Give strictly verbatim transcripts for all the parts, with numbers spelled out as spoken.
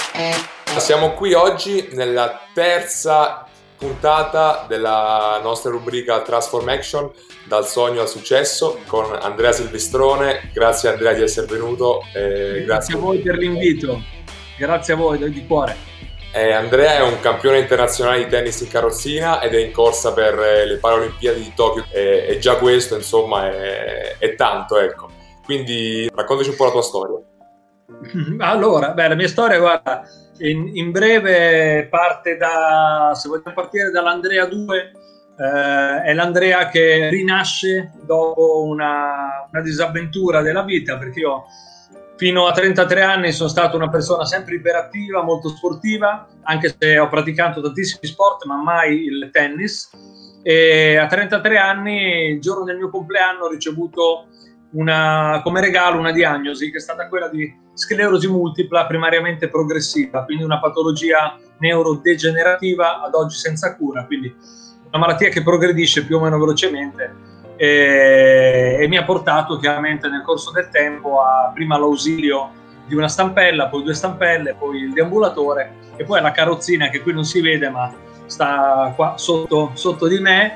Siamo qui oggi nella terza puntata della nostra rubrica Transform Action, dal sogno al successo, con Andrea Silvestrone. Grazie Andrea di essere venuto. Eh, grazie, grazie a voi per l'invito, grazie a voi di cuore. Eh, Andrea è un campione internazionale di tennis in carrozzina ed è in corsa per le Paralimpiadi di Tokyo, e, e già questo insomma è, è tanto, ecco. Quindi raccontaci un po' la tua storia. Allora, beh, la mia storia, guarda, in, in breve parte da, se vogliamo partire dall'Andrea due, eh, è l'Andrea che rinasce dopo una, una disavventura della vita, perché io fino a trentatré anni sono stata una persona sempre iperattiva, molto sportiva, anche se ho praticato tantissimi sport, ma mai il tennis. E a trentatré anni, il giorno del mio compleanno, ho ricevuto una, come regalo una diagnosi che è stata quella di sclerosi multipla primariamente progressiva, quindi una patologia neurodegenerativa ad oggi senza cura, quindi una malattia che progredisce più o meno velocemente e, e mi ha portato chiaramente nel corso del tempo a prima l'ausilio di una stampella, poi due stampelle, poi il deambulatore e poi la carrozzina che qui non si vede ma sta qua sotto, sotto di me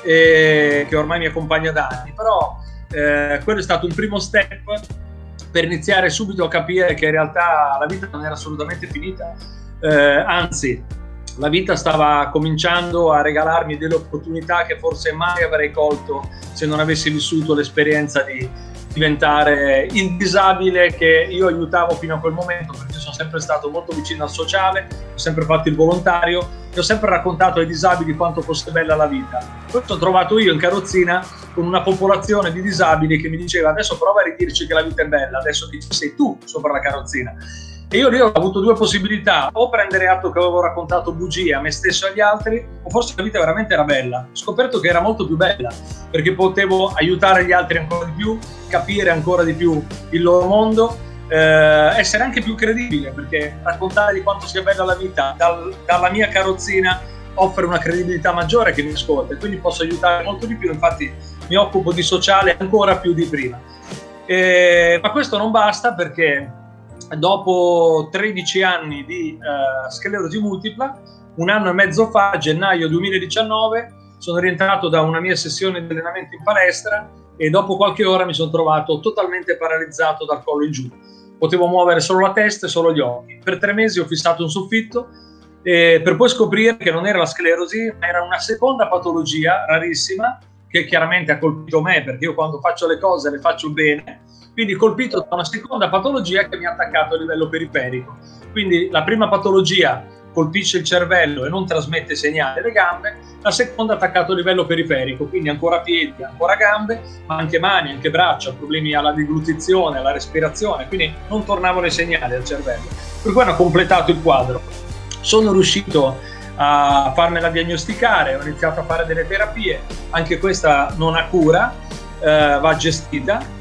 e che ormai mi accompagna da anni, però eh, quello è stato un primo step per iniziare subito a capire che in realtà la vita non era assolutamente finita, eh, anzi la vita stava cominciando a regalarmi delle opportunità che forse mai avrei colto se non avessi vissuto l'esperienza di diventare il disabile che io aiutavo fino a quel momento, perché sono sempre stato molto vicino al sociale, ho sempre fatto il volontario e ho sempre raccontato ai disabili quanto fosse bella la vita. Poi ho trovato io in carrozzina con una popolazione di disabili che mi diceva: adesso prova a ridirci che la vita è bella, adesso che ci sei tu sopra la carrozzina. E io lì ho avuto due possibilità: o prendere atto che avevo raccontato bugie a me stesso e agli altri, o forse la vita veramente era bella. Ho scoperto che era molto più bella, perché potevo aiutare gli altri ancora di più, capire ancora di più il loro mondo, eh, essere anche più credibile, perché raccontare di quanto sia bella la vita dal, dalla mia carrozzina offre una credibilità maggiore che mi ascolta, e quindi posso aiutare molto di più. Infatti mi occupo di sociale ancora più di prima. E, ma questo non basta, perché dopo tredici anni di uh, sclerosi multipla, un anno e mezzo fa, gennaio duemiladiciannove, sono rientrato da una mia sessione di allenamento in palestra e dopo qualche ora mi sono trovato totalmente paralizzato dal collo in giù. Potevo muovere solo la testa e solo gli occhi. Per tre mesi ho fissato un soffitto, eh, per poi scoprire che non era la sclerosi, ma era una seconda patologia rarissima che chiaramente ha colpito me, perché io quando faccio le cose le faccio bene. Quindi colpito da una seconda patologia che mi ha attaccato a livello periferico. Quindi la prima patologia colpisce il cervello e non trasmette segnali alle gambe, la seconda ha attaccato a livello periferico, quindi ancora piedi, ancora gambe, ma anche mani, anche braccia, problemi alla deglutizione, alla respirazione, quindi non tornavano i segnali al cervello. Per cui hanno completato il quadro. Sono riuscito a farmela diagnosticare, ho iniziato a fare delle terapie, anche questa non ha cura, eh, va gestita,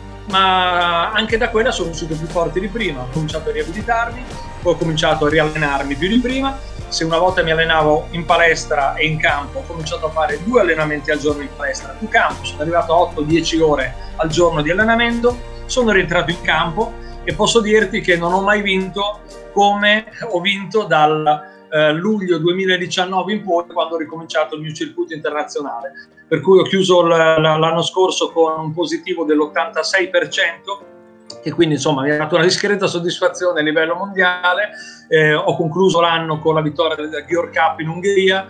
ma anche da quella sono uscito più forte di prima. Ho cominciato a riabilitarmi, poi ho cominciato a riallenarmi più di prima. Se una volta mi allenavo in palestra e in campo, ho cominciato a fare due allenamenti al giorno in palestra più campo, sono arrivato a otto dieci ore al giorno di allenamento, sono rientrato in campo e posso dirti che non ho mai vinto come ho vinto dal Uh, luglio duemiladiciannove in poi, quando ho ricominciato il mio circuito internazionale, per cui ho chiuso l- l- l'anno scorso con un positivo dell'ottantasei per cento, che quindi insomma mi ha dato una discreta soddisfazione a livello mondiale. Eh, ho concluso l'anno con la vittoria del Gior Cup in Ungheria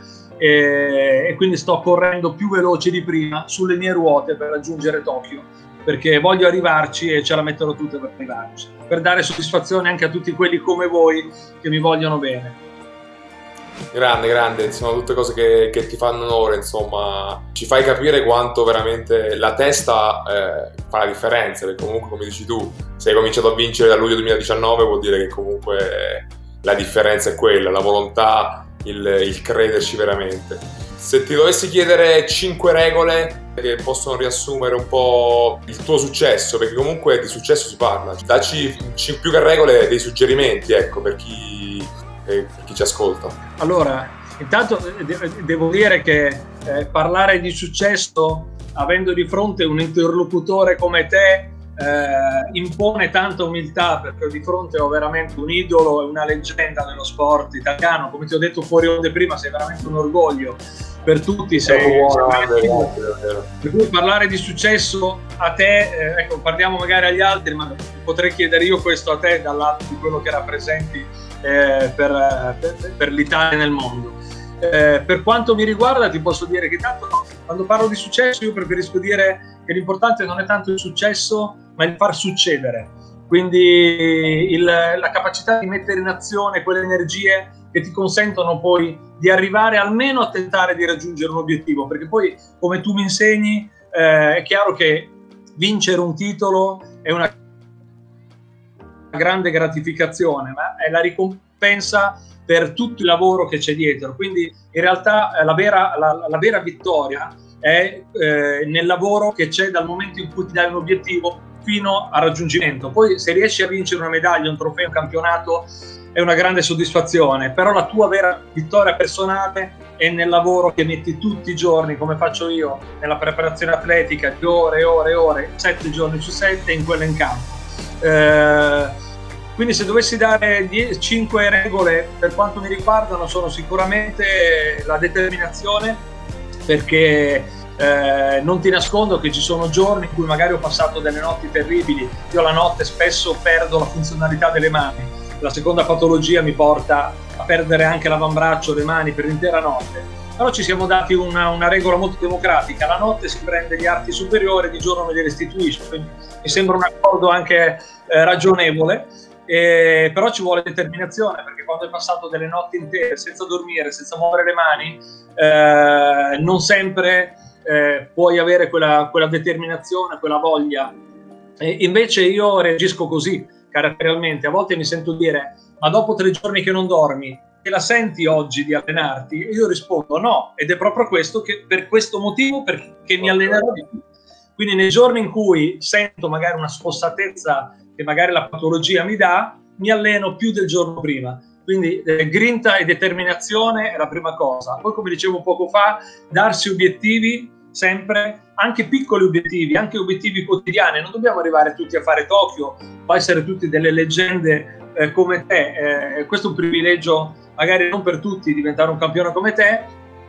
e, e quindi sto correndo più veloce di prima sulle mie ruote per raggiungere Tokyo, perché voglio arrivarci e ce la metterò tutta per arrivarci, per dare soddisfazione anche a tutti quelli come voi che mi vogliono bene. Grande, grande, sono tutte cose che, che ti fanno onore, insomma, ci fai capire quanto veramente la testa eh, fa la differenza, perché comunque, come dici tu, se hai cominciato a vincere da luglio duemiladiciannove vuol dire che comunque eh, la differenza è quella, la volontà, il, il crederci veramente. Se ti dovessi chiedere cinque regole che possono riassumere un po' il tuo successo, perché comunque di successo si parla, dacci più che regole dei suggerimenti, ecco, per chi... per chi ci ascolta. Allora, intanto devo dire che eh, parlare di successo avendo di fronte un interlocutore come te eh, impone tanta umiltà, perché di fronte ho veramente un idolo e una leggenda dello sport italiano. Come ti ho detto fuori onde prima, sei veramente un orgoglio per tutti, sei, buono, sei grazie, grazie. Per cui parlare di successo a te, eh, ecco, parliamo magari agli altri, ma potrei chiedere io questo a te dall'alto di quello che rappresenti eh, per, per, per l'Italia nel mondo. Eh, per quanto mi riguarda ti posso dire che tanto quando parlo di successo io preferisco dire che l'importante non è tanto il successo ma il far succedere, quindi il, la capacità di mettere in azione quelle energie che ti consentono poi di arrivare almeno a tentare di raggiungere un obiettivo, perché poi come tu mi insegni eh, è chiaro che vincere un titolo è una grande gratificazione, ma è la ricompensa per tutto il lavoro che c'è dietro. Quindi in realtà eh, la, vera, la, la vera vittoria è eh, nel lavoro che c'è dal momento in cui ti dai un obiettivo fino al raggiungimento. Poi se riesci a vincere una medaglia, un trofeo, un campionato è una grande soddisfazione, però la tua vera vittoria personale è nel lavoro che metti tutti i giorni, come faccio io nella preparazione atletica, di ore e ore e ore, sette giorni su sette in quella in campo. Eh, Quindi se dovessi dare cinque regole per quanto mi riguardano, sono sicuramente la determinazione, perché eh, non ti nascondo che ci sono giorni in cui magari ho passato delle notti terribili. Io la notte spesso perdo la funzionalità delle mani, la seconda patologia mi porta a perdere anche l'avambraccio, le mani per l'intera notte. Però ci siamo dati una, una regola molto democratica: la notte si prende gli arti superiori, di giorno me li restituisce, quindi mi sembra un accordo anche eh, ragionevole. Eh, però ci vuole determinazione, perché quando hai passato delle notti intere senza dormire, senza muovere le mani, eh, non sempre eh, puoi avere quella, quella determinazione, quella voglia. E invece io reagisco così caratterialmente. A volte mi sento dire: ma dopo tre giorni che non dormi, te la senti oggi di allenarti? E io rispondo no, ed è proprio questo che, per questo motivo perché mi allenerò di più. Quindi nei giorni in cui sento magari una spossatezza che magari la patologia mi dà, mi alleno più del giorno prima. Quindi eh, grinta e determinazione è la prima cosa. Poi, come dicevo poco fa, darsi obiettivi sempre, anche piccoli obiettivi, anche obiettivi quotidiani. Non dobbiamo arrivare tutti a fare Tokyo, può essere tutti delle leggende eh, come te. Eh, questo è un privilegio, magari non per tutti, diventare un campione come te.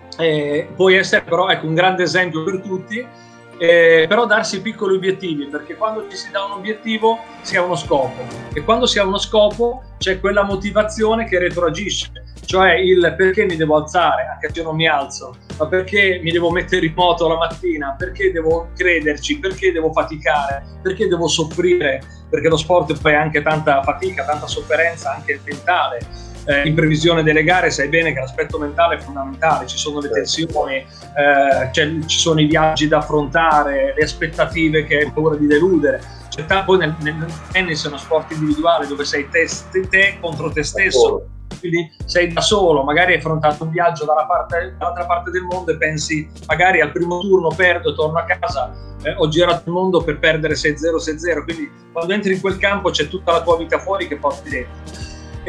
Eh, puoi essere però ecco, un grande esempio per tutti. Eh, però darsi piccoli obiettivi, perché quando ci si dà un obiettivo si ha uno scopo, e quando si ha uno scopo c'è quella motivazione che retroagisce, cioè il perché mi devo alzare anche se io non mi alzo, ma perché mi devo mettere in moto la mattina, perché devo crederci, perché devo faticare, perché devo soffrire, perché lo sport poi ha anche tanta fatica, tanta sofferenza anche mentale. Eh, in previsione delle gare sai bene che l'aspetto mentale è fondamentale, ci sono le tensioni, eh, cioè, ci sono i viaggi da affrontare, le aspettative che hai paura di deludere. Cioè, poi nel, nel tennis è uno sport individuale dove sei te, te, te contro te stesso, quindi sei da solo, magari hai affrontato un viaggio dalla parte, dall'altra parte del mondo e pensi magari al primo turno perdo, torno a casa, eh, ho girato il mondo per perdere sei zero sei zero, quindi quando entri in quel campo c'è tutta la tua vita fuori che porti dentro.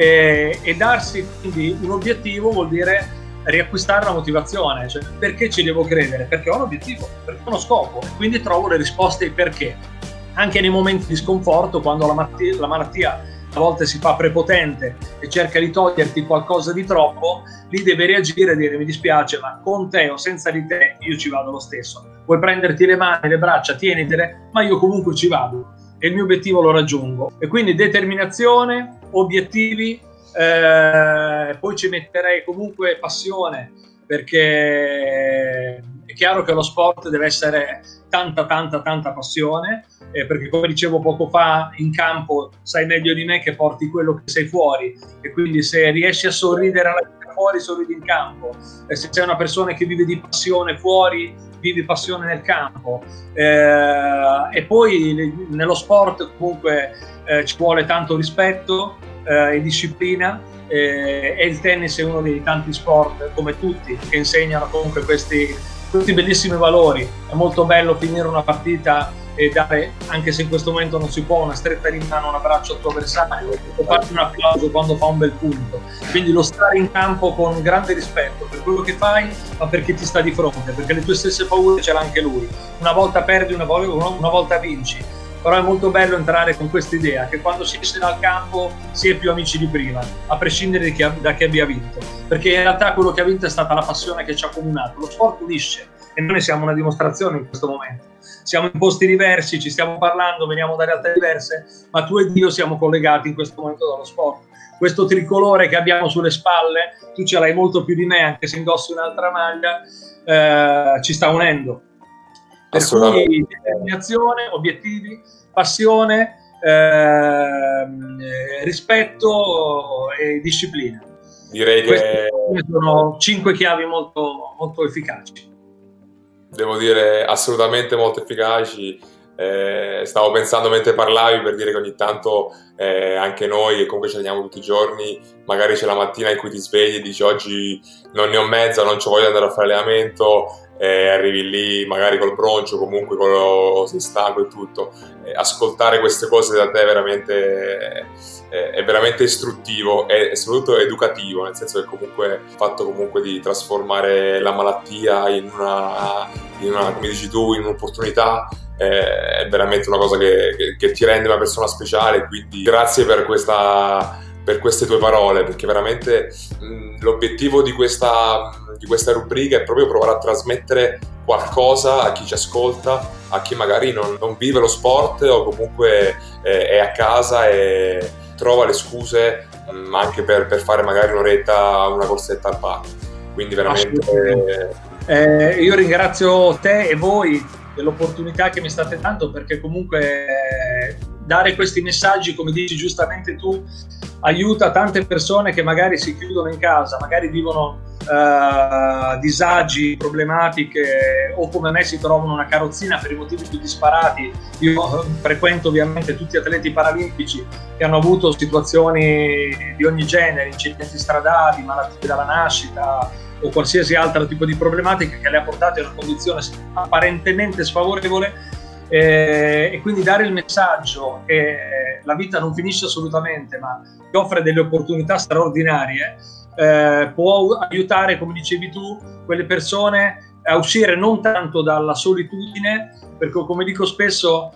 E, e darsi quindi un obiettivo vuol dire riacquistare la motivazione, cioè perché ci devo credere? Perché ho un obiettivo, perché ho uno scopo, e quindi trovo le risposte ai perché. Anche nei momenti di sconforto, quando la, malattia, la malattia a volte si fa prepotente e cerca di toglierti qualcosa di troppo, lì deve reagire e dire: mi dispiace, ma con te o senza di te io ci vado lo stesso. Puoi prenderti le mani, le braccia, tienitele, ma io comunque ci vado e il mio obiettivo lo raggiungo. E quindi determinazione, obiettivi, eh, poi ci metterei comunque passione, perché è chiaro che lo sport deve essere tanta tanta tanta passione, eh, perché come dicevo poco fa, in campo sai meglio di me che porti quello che sei fuori, e quindi se riesci a sorridere alla vita fuori, sorridi in campo, e se sei una persona che vive di passione fuori, vivi passione nel campo. Eh, e poi nello sport comunque eh, ci vuole tanto rispetto eh, e disciplina, eh, e il tennis è uno dei tanti sport, come tutti, che insegnano comunque questi, questi bellissimi valori. È molto bello finire una partita e dare, anche se in questo momento non si può, una stretta di mano, un abbraccio al tuo avversario, o farti un applauso quando fa un bel punto. Quindi lo stare in campo con grande rispetto per quello che fai, ma perché ti sta di fronte, perché le tue stesse paure ce l'ha anche lui. Una volta perdi, una volta, una volta vinci, però è molto bello entrare con questa idea che quando si esce dal campo si è più amici di prima, a prescindere da chi, da chi abbia vinto, perché in realtà quello che ha vinto è stata la passione che ci ha comunato. Lo sport unisce e noi ne siamo una dimostrazione in questo momento. Siamo in posti diversi, ci stiamo parlando, veniamo da realtà diverse, ma tu ed io siamo collegati in questo momento dallo sport. Questo tricolore che abbiamo sulle spalle, tu ce l'hai molto più di me, anche se indossi un'altra maglia, eh, ci sta unendo. Per cui determinazione, obiettivi, passione, eh, rispetto e disciplina. Direi Queste che sono cinque chiavi molto, molto efficaci. Devo dire assolutamente molto efficaci. Eh, stavo pensando mentre parlavi, per dire che ogni tanto eh, anche noi, che comunque ci alleniamo tutti i giorni, magari c'è la mattina in cui ti svegli e dici oggi non ne ho mezza, non ci voglio andare a fare allenamento, eh, arrivi lì magari col broncio, comunque con lo, sei stanco e tutto. Eh, ascoltare queste cose da te è veramente, eh, è veramente istruttivo e soprattutto educativo, nel senso che comunque il fatto comunque di trasformare la malattia in una, in una, come dici tu, in un'opportunità, è veramente una cosa che, che, che ti rende una persona speciale. Quindi grazie per questa, per queste tue parole, perché veramente mh, l'obiettivo di questa, di questa rubrica è proprio provare a trasmettere qualcosa a chi ci ascolta, a chi magari non, non vive lo sport o comunque eh, è a casa e trova le scuse mh, anche per, per fare magari un'oretta, una corsetta al parco. Quindi veramente eh, io ringrazio te e voi dell'opportunità che mi state dando, perché comunque eh, dare questi messaggi, come dici giustamente tu, aiuta tante persone che magari si chiudono in casa, magari vivono eh, disagi, problematiche, o come me si trovano una carrozzina per i motivi più disparati. Io frequento ovviamente tutti gli atleti paralimpici che hanno avuto situazioni di ogni genere, incidenti stradali, malattie dalla nascita o qualsiasi altro tipo di problematica che le ha portate a una condizione apparentemente sfavorevole, eh, e quindi dare il messaggio che la vita non finisce assolutamente, ma ti offre delle opportunità straordinarie, eh, può aiutare, come dicevi tu, quelle persone a uscire non tanto dalla solitudine, perché come dico spesso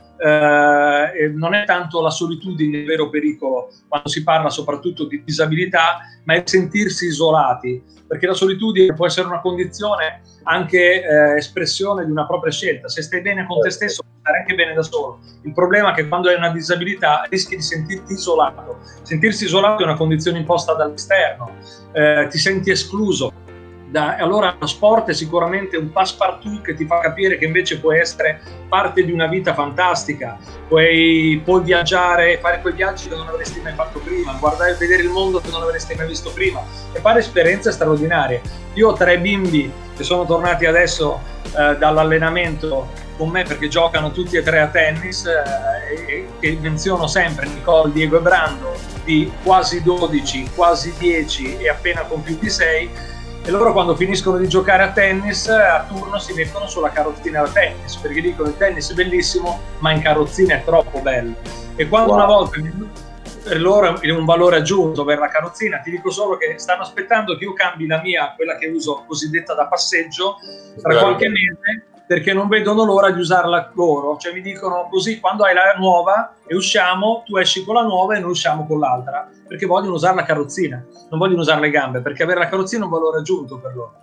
eh, non è tanto la solitudine il vero pericolo quando si parla soprattutto di disabilità, ma è sentirsi isolati, perché la solitudine può essere una condizione anche eh, espressione di una propria scelta. Se stai bene con te stesso, puoi stare anche bene da solo. Il problema è che quando hai una disabilità rischi di sentirti isolato. Sentirsi isolato è una condizione imposta dall'esterno, eh, ti senti escluso. Da, allora lo sport è sicuramente un passepartout che ti fa capire che invece puoi essere parte di una vita fantastica, puoi, puoi viaggiare, fare quei viaggi che non avresti mai fatto prima, guardare, vedere il mondo che non avresti mai visto prima e fare esperienze straordinarie. Io ho tre bimbi che sono tornati adesso eh, dall'allenamento con me, perché giocano tutti e tre a tennis, eh, e che menziono sempre, Nicole, Diego e Brando, di quasi dodici, quasi dieci e appena compiuti sei. E loro quando finiscono di giocare a tennis a turno si mettono sulla carrozzina da tennis, perché dicono il tennis è bellissimo ma in carrozzina è troppo bello. E quando wow. una volta per loro è un valore aggiunto per la carrozzina, ti dico solo che stanno aspettando che io cambi la mia, quella che uso cosiddetta da passeggio, tra qualche mese, perché non vedono l'ora di usarla loro. Cioè mi dicono così, quando hai la nuova e usciamo, tu esci con la nuova e noi usciamo con l'altra, perché vogliono usare la carrozzina, non vogliono usare le gambe, perché avere la carrozzina è un valore aggiunto per loro.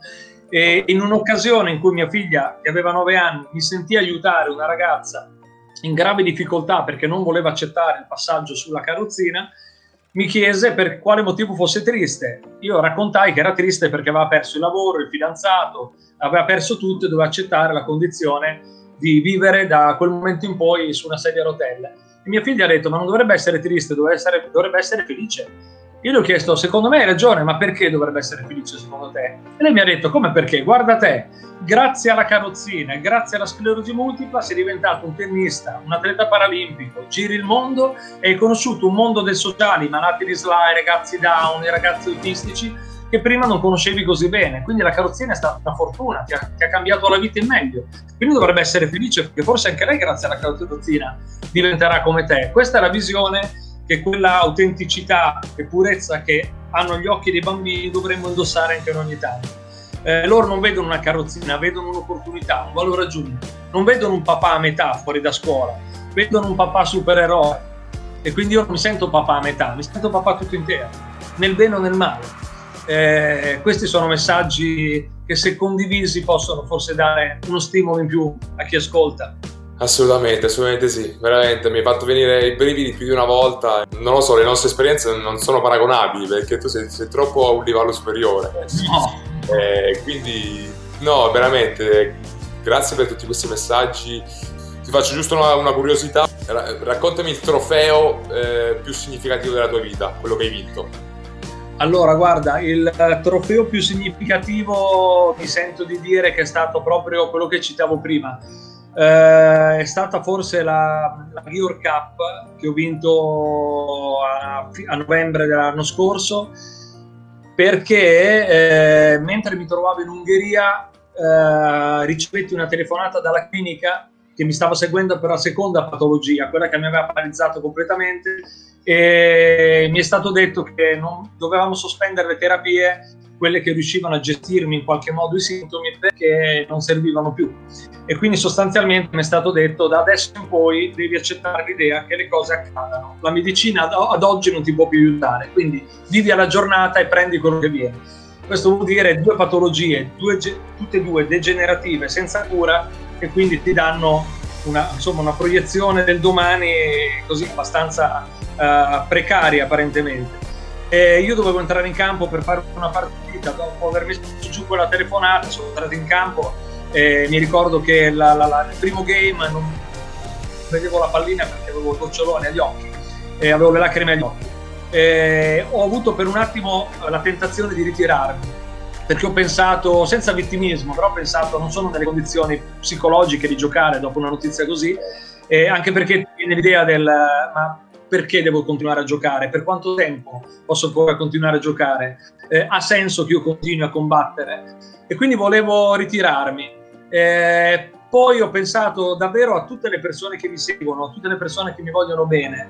E in un'occasione in cui mia figlia, che aveva nove anni, mi sentì aiutare una ragazza in grave difficoltà perché non voleva accettare il passaggio sulla carrozzina, mi chiese per quale motivo fosse triste. Io raccontai che era triste perché aveva perso il lavoro, il fidanzato, aveva perso tutto e doveva accettare la condizione di vivere da quel momento in poi su una sedia a rotelle. E mia figlia ha detto: ma non dovrebbe essere triste, dovrebbe essere, dovrebbe essere felice. Io le ho chiesto: secondo me hai ragione, ma perché dovrebbe essere felice secondo te? E lei mi ha detto: come perché? Guarda te, grazie alla carrozzina e grazie alla sclerosi multipla sei diventato un tennista, un atleta paralimpico, giri il mondo e hai conosciuto un mondo del sociale, i malati di S L A, i ragazzi down, i ragazzi autistici, che prima non conoscevi così bene. Quindi la carrozzina è stata una fortuna, ti ha, ti ha cambiato la vita in meglio. Quindi dovrebbe essere felice, perché forse anche lei grazie alla carrozzina diventerà come te. Questa è la visione, che quella autenticità e purezza che hanno gli occhi dei bambini dovremmo indossare anche noi ogni tanto. Eh, loro non vedono una carrozzina, vedono un'opportunità, un valore aggiunto. Non vedono un papà a metà fuori da scuola, vedono un papà supereroe e quindi io non mi sento papà a metà, mi sento papà tutto intero, nel bene o nel male. Eh, questi sono messaggi che, se condivisi, possono forse dare uno stimolo in più a chi ascolta. Assolutamente, assolutamente sì, veramente mi hai fatto venire i brividi più di una volta. Non lo so, le nostre esperienze non sono paragonabili, perché tu sei, sei troppo a un livello superiore. No. Eh, quindi no, veramente grazie per tutti questi messaggi. Ti faccio giusto una, una curiosità, raccontami il trofeo eh, più significativo della tua vita, quello che hai vinto. Allora, guarda, il trofeo più significativo mi sento di dire che è stato proprio quello che citavo prima. Eh, è stata forse la, la Gior Cup che ho vinto a, a novembre dell'anno scorso, perché eh, mentre mi trovavo in Ungheria eh, ricevetti una telefonata dalla clinica che mi stava seguendo per la seconda patologia, quella che mi aveva paralizzato completamente, e mi è stato detto che non dovevamo sospendere le terapie, quelle che riuscivano a gestirmi in qualche modo i sintomi, perché non servivano più. E quindi sostanzialmente mi è stato detto: da adesso in poi devi accettare l'idea che le cose accadano, la medicina ad oggi non ti può più aiutare, quindi vivi alla giornata e prendi quello che viene. Questo vuol dire due patologie, due, tutte e due degenerative, senza cura, e quindi ti danno una, insomma, una proiezione del domani così abbastanza uh, precaria apparentemente. E io dovevo entrare in campo per fare una partita, dopo aver messo giù quella telefonata sono entrato in campo e mi ricordo che la, la, la, il primo game non vedevo la pallina perché avevo il gocciolone agli occhi e avevo le lacrime agli occhi. E ho avuto per un attimo la tentazione di ritirarmi, perché ho pensato, senza vittimismo, però ho pensato non sono nelle condizioni psicologiche di giocare dopo una notizia così, e anche perché viene l'idea del ma perché devo continuare a giocare, per quanto tempo posso ancora continuare a giocare, eh, ha senso che io continui a combattere, e quindi volevo ritirarmi. Eh, poi ho pensato davvero a tutte le persone che mi seguono, a tutte le persone che mi vogliono bene,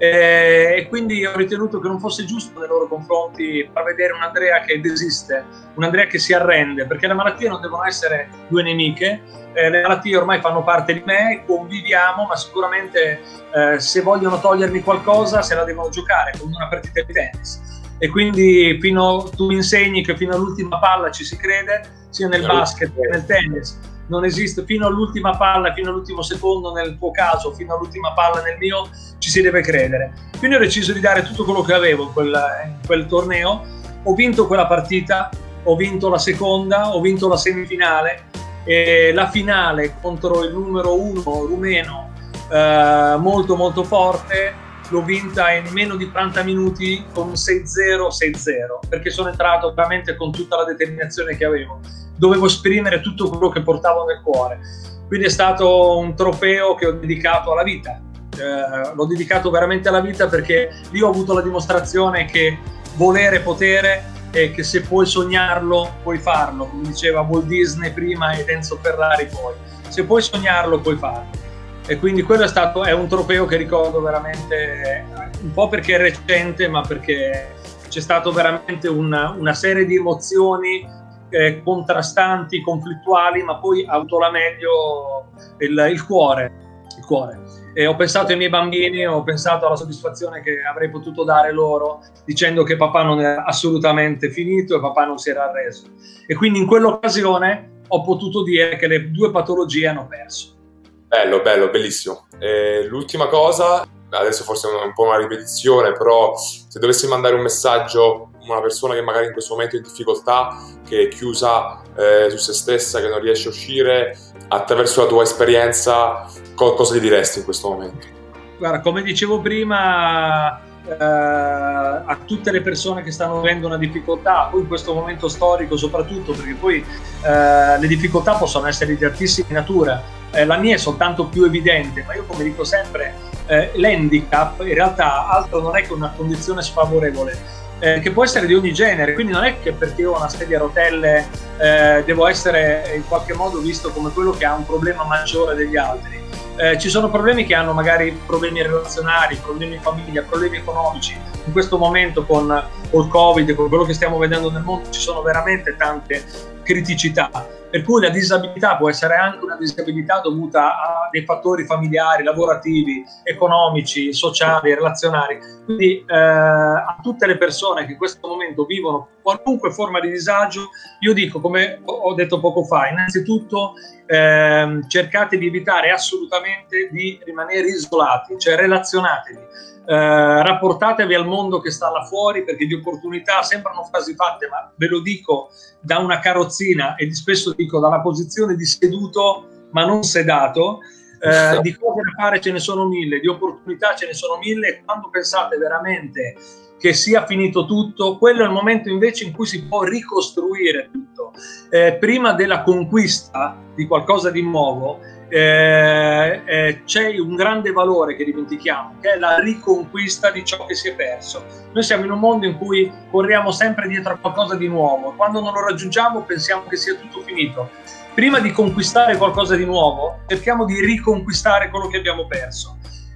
eh, e quindi ho ritenuto che non fosse giusto nei loro confronti far vedere un Andrea che desiste, un Andrea che si arrende, perché le malattie non devono essere due nemiche, eh, le malattie ormai fanno parte di me, conviviamo, ma sicuramente eh, se vogliono togliermi qualcosa se la devono giocare come una partita di tennis. E quindi fino, tu mi insegni che fino all'ultima palla ci si crede, sia nel basket che nel tennis. Non esiste fino all'ultima palla, fino all'ultimo secondo nel tuo caso, fino all'ultima palla nel mio, ci si deve credere. Quindi ho deciso di dare tutto quello che avevo in quel, in quel torneo. Ho vinto quella partita, ho vinto la seconda, ho vinto la semifinale, e la finale contro il numero uno rumeno, eh, molto molto forte, l'ho vinta in meno di quaranta minuti con sei zero sei zero, perché sono entrato veramente con tutta la determinazione che avevo. Dovevo esprimere tutto quello che portavo nel cuore, quindi è stato un trofeo che ho dedicato alla vita, eh, l'ho dedicato veramente alla vita, perché lì ho avuto la dimostrazione che volere è potere e che se puoi sognarlo puoi farlo, come diceva Walt Disney prima e Enzo Ferrari poi, se puoi sognarlo puoi farlo. E quindi quello è stato è un trofeo che ricordo veramente, un po' perché è recente, ma perché c'è stato veramente una, una serie di emozioni eh, contrastanti, conflittuali, ma poi ha avuto la meglio il, il cuore, il cuore. E ho pensato ai miei bambini, ho pensato alla soddisfazione che avrei potuto dare loro dicendo che papà non era assolutamente finito e papà non si era arreso. E quindi in quell'occasione ho potuto dire che le due patologie hanno perso. Bello, bello, bellissimo. E l'ultima cosa, adesso forse è un po' una ripetizione, però se dovessi mandare un messaggio a una persona che magari in questo momento è in difficoltà, che è chiusa eh, su se stessa, che non riesce a uscire, attraverso la tua esperienza, co- cosa gli diresti in questo momento? Guarda, come dicevo prima, eh, a tutte le persone che stanno avendo una difficoltà, poi in questo momento storico soprattutto, perché poi eh, le difficoltà possono essere di altissima natura. Eh, la mia è soltanto più evidente, ma io, come dico sempre, eh, l'handicap in realtà altro non è che una condizione sfavorevole, eh, che può essere di ogni genere, quindi non è che perché io ho una sedia a rotelle eh, devo essere in qualche modo visto come quello che ha un problema maggiore degli altri. Eh, ci sono problemi che hanno magari problemi relazionali, problemi in famiglia, problemi economici. In questo momento con, con il Covid, con quello che stiamo vedendo nel mondo, ci sono veramente tante criticità. per cui la disabilità può essere anche una disabilità dovuta a dei fattori familiari, lavorativi, economici, sociali, relazionali. Quindi eh, a tutte le persone che in questo momento vivono qualunque forma di disagio, io dico, come ho detto poco fa, innanzitutto eh, cercate di evitare assolutamente di rimanere isolati, cioè relazionatevi. Eh, rapportatevi al mondo che sta là fuori, perché di opportunità sembrano frasi fatte, ma ve lo dico da una carrozzina e di spesso dico dalla posizione di seduto ma non sedato. Eh, di cose da fare ce ne sono mille, di opportunità ce ne sono mille, e quando pensate veramente che sia finito tutto, quello è il momento invece in cui si può ricostruire tutto. Eh, prima della conquista di qualcosa di nuovo eh, eh, c'è un grande valore che dimentichiamo, che è la riconquista di ciò che si è perso. Noi siamo in un mondo in cui corriamo sempre dietro a qualcosa di nuovo, quando non lo raggiungiamo pensiamo che sia tutto finito. Prima di conquistare qualcosa di nuovo, cerchiamo di riconquistare quello che abbiamo perso.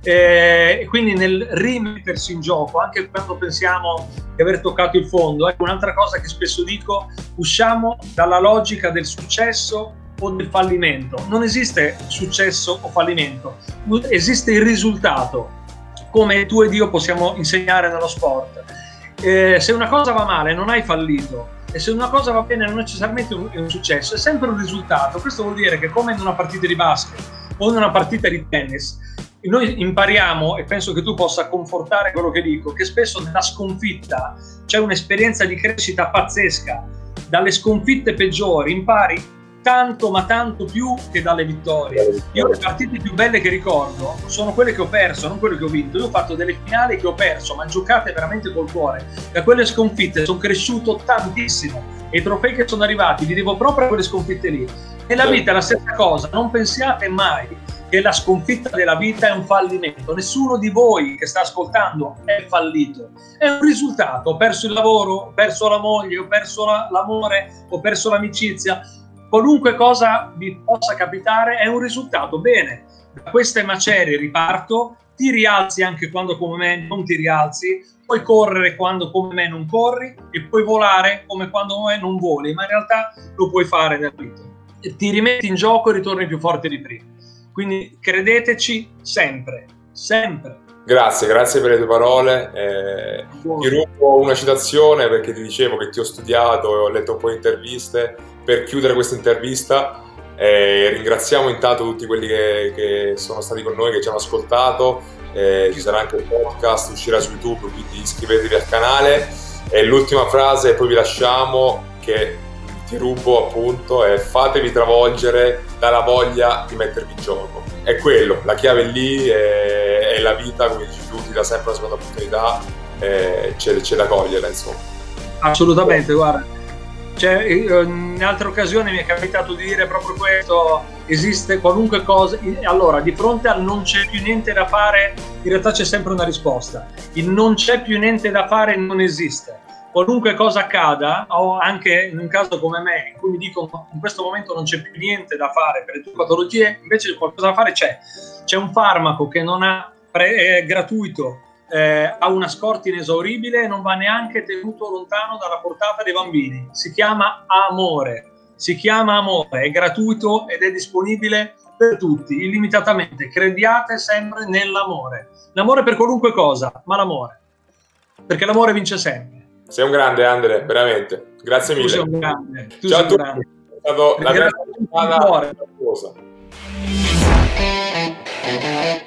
E eh, quindi nel rimettersi in gioco, anche quando pensiamo di aver toccato il fondo, ecco, un'altra cosa che spesso dico: usciamo dalla logica del successo o del fallimento. Non esiste successo o fallimento, esiste il risultato, come tu ed io possiamo insegnare nello sport. Eh, se una cosa va male non hai fallito, e se una cosa va bene non è necessariamente un, un successo, è sempre un risultato. Questo vuol dire che, come in una partita di basket o in una partita di tennis, noi impariamo, e penso che tu possa confortare quello che dico, che spesso nella sconfitta c'è un'esperienza di crescita pazzesca. Dalle sconfitte peggiori impari tanto, ma tanto più che dalle vittorie. Io le partite più belle che ricordo sono quelle che ho perso, non quelle che ho vinto. Io ho fatto delle finali che ho perso, ma giocate veramente col cuore. Da quelle sconfitte sono cresciuto tantissimo, e i trofei che sono arrivati li devo proprio a quelle sconfitte lì. Nella vita è la stessa cosa, non pensiate mai che la sconfitta della vita è un fallimento. Nessuno di voi che sta ascoltando è fallito, è un risultato. Ho perso il lavoro, ho perso la moglie, ho perso la, l'amore, ho perso l'amicizia. Qualunque cosa vi possa capitare è un risultato. Bene, da queste macerie riparto, ti rialzi anche quando come me non ti rialzi, puoi correre quando come me non corri, e puoi volare come quando come me non voli, ma in realtà lo puoi fare nel vita. E ti rimetti in gioco e ritorni più forte di prima. Quindi credeteci sempre, sempre. Grazie, grazie per le tue parole. Eh, ti rubo una citazione, perché ti dicevo che ti ho studiato e ho letto un po' di interviste. Per chiudere questa intervista, eh, ringraziamo intanto tutti quelli che, che sono stati con noi, che ci hanno ascoltato. Eh, ci sarà anche il podcast, uscirà su YouTube, quindi iscrivetevi al canale. E l'ultima frase, e poi vi lasciamo, che ti rubo appunto, è: fatevi travolgere dalla voglia di mettervi in gioco. È quello, la chiave è lì, è, è la vita, come dici tu, ti dà sempre una seconda opportunità, eh, c'è, c'è da cogliere, insomma. Assolutamente, guarda, cioè, in altre occasioni mi è capitato di dire proprio questo: esiste qualunque cosa. Allora, di fronte al non c'è più niente da fare, in realtà c'è sempre una risposta. Il non c'è più niente da fare non esiste. Qualunque cosa accada, o anche in un caso come me, in cui mi dicono in questo momento non c'è più niente da fare per le tue patologie, invece qualcosa da fare c'è. C'è un farmaco che non ha pre- è gratuito, eh, ha una scorta inesauribile e non va neanche tenuto lontano dalla portata dei bambini. Si chiama amore, si chiama amore, è gratuito ed è disponibile per tutti, illimitatamente. Crediate sempre nell'amore. L'amore per qualunque cosa, ma l'amore. Perché l'amore vince sempre. Sei un grande, Andre, veramente. Grazie mille. Tu sei un grande. Tu Ciao a tutti. grande. È stato la Grazie mia settimana.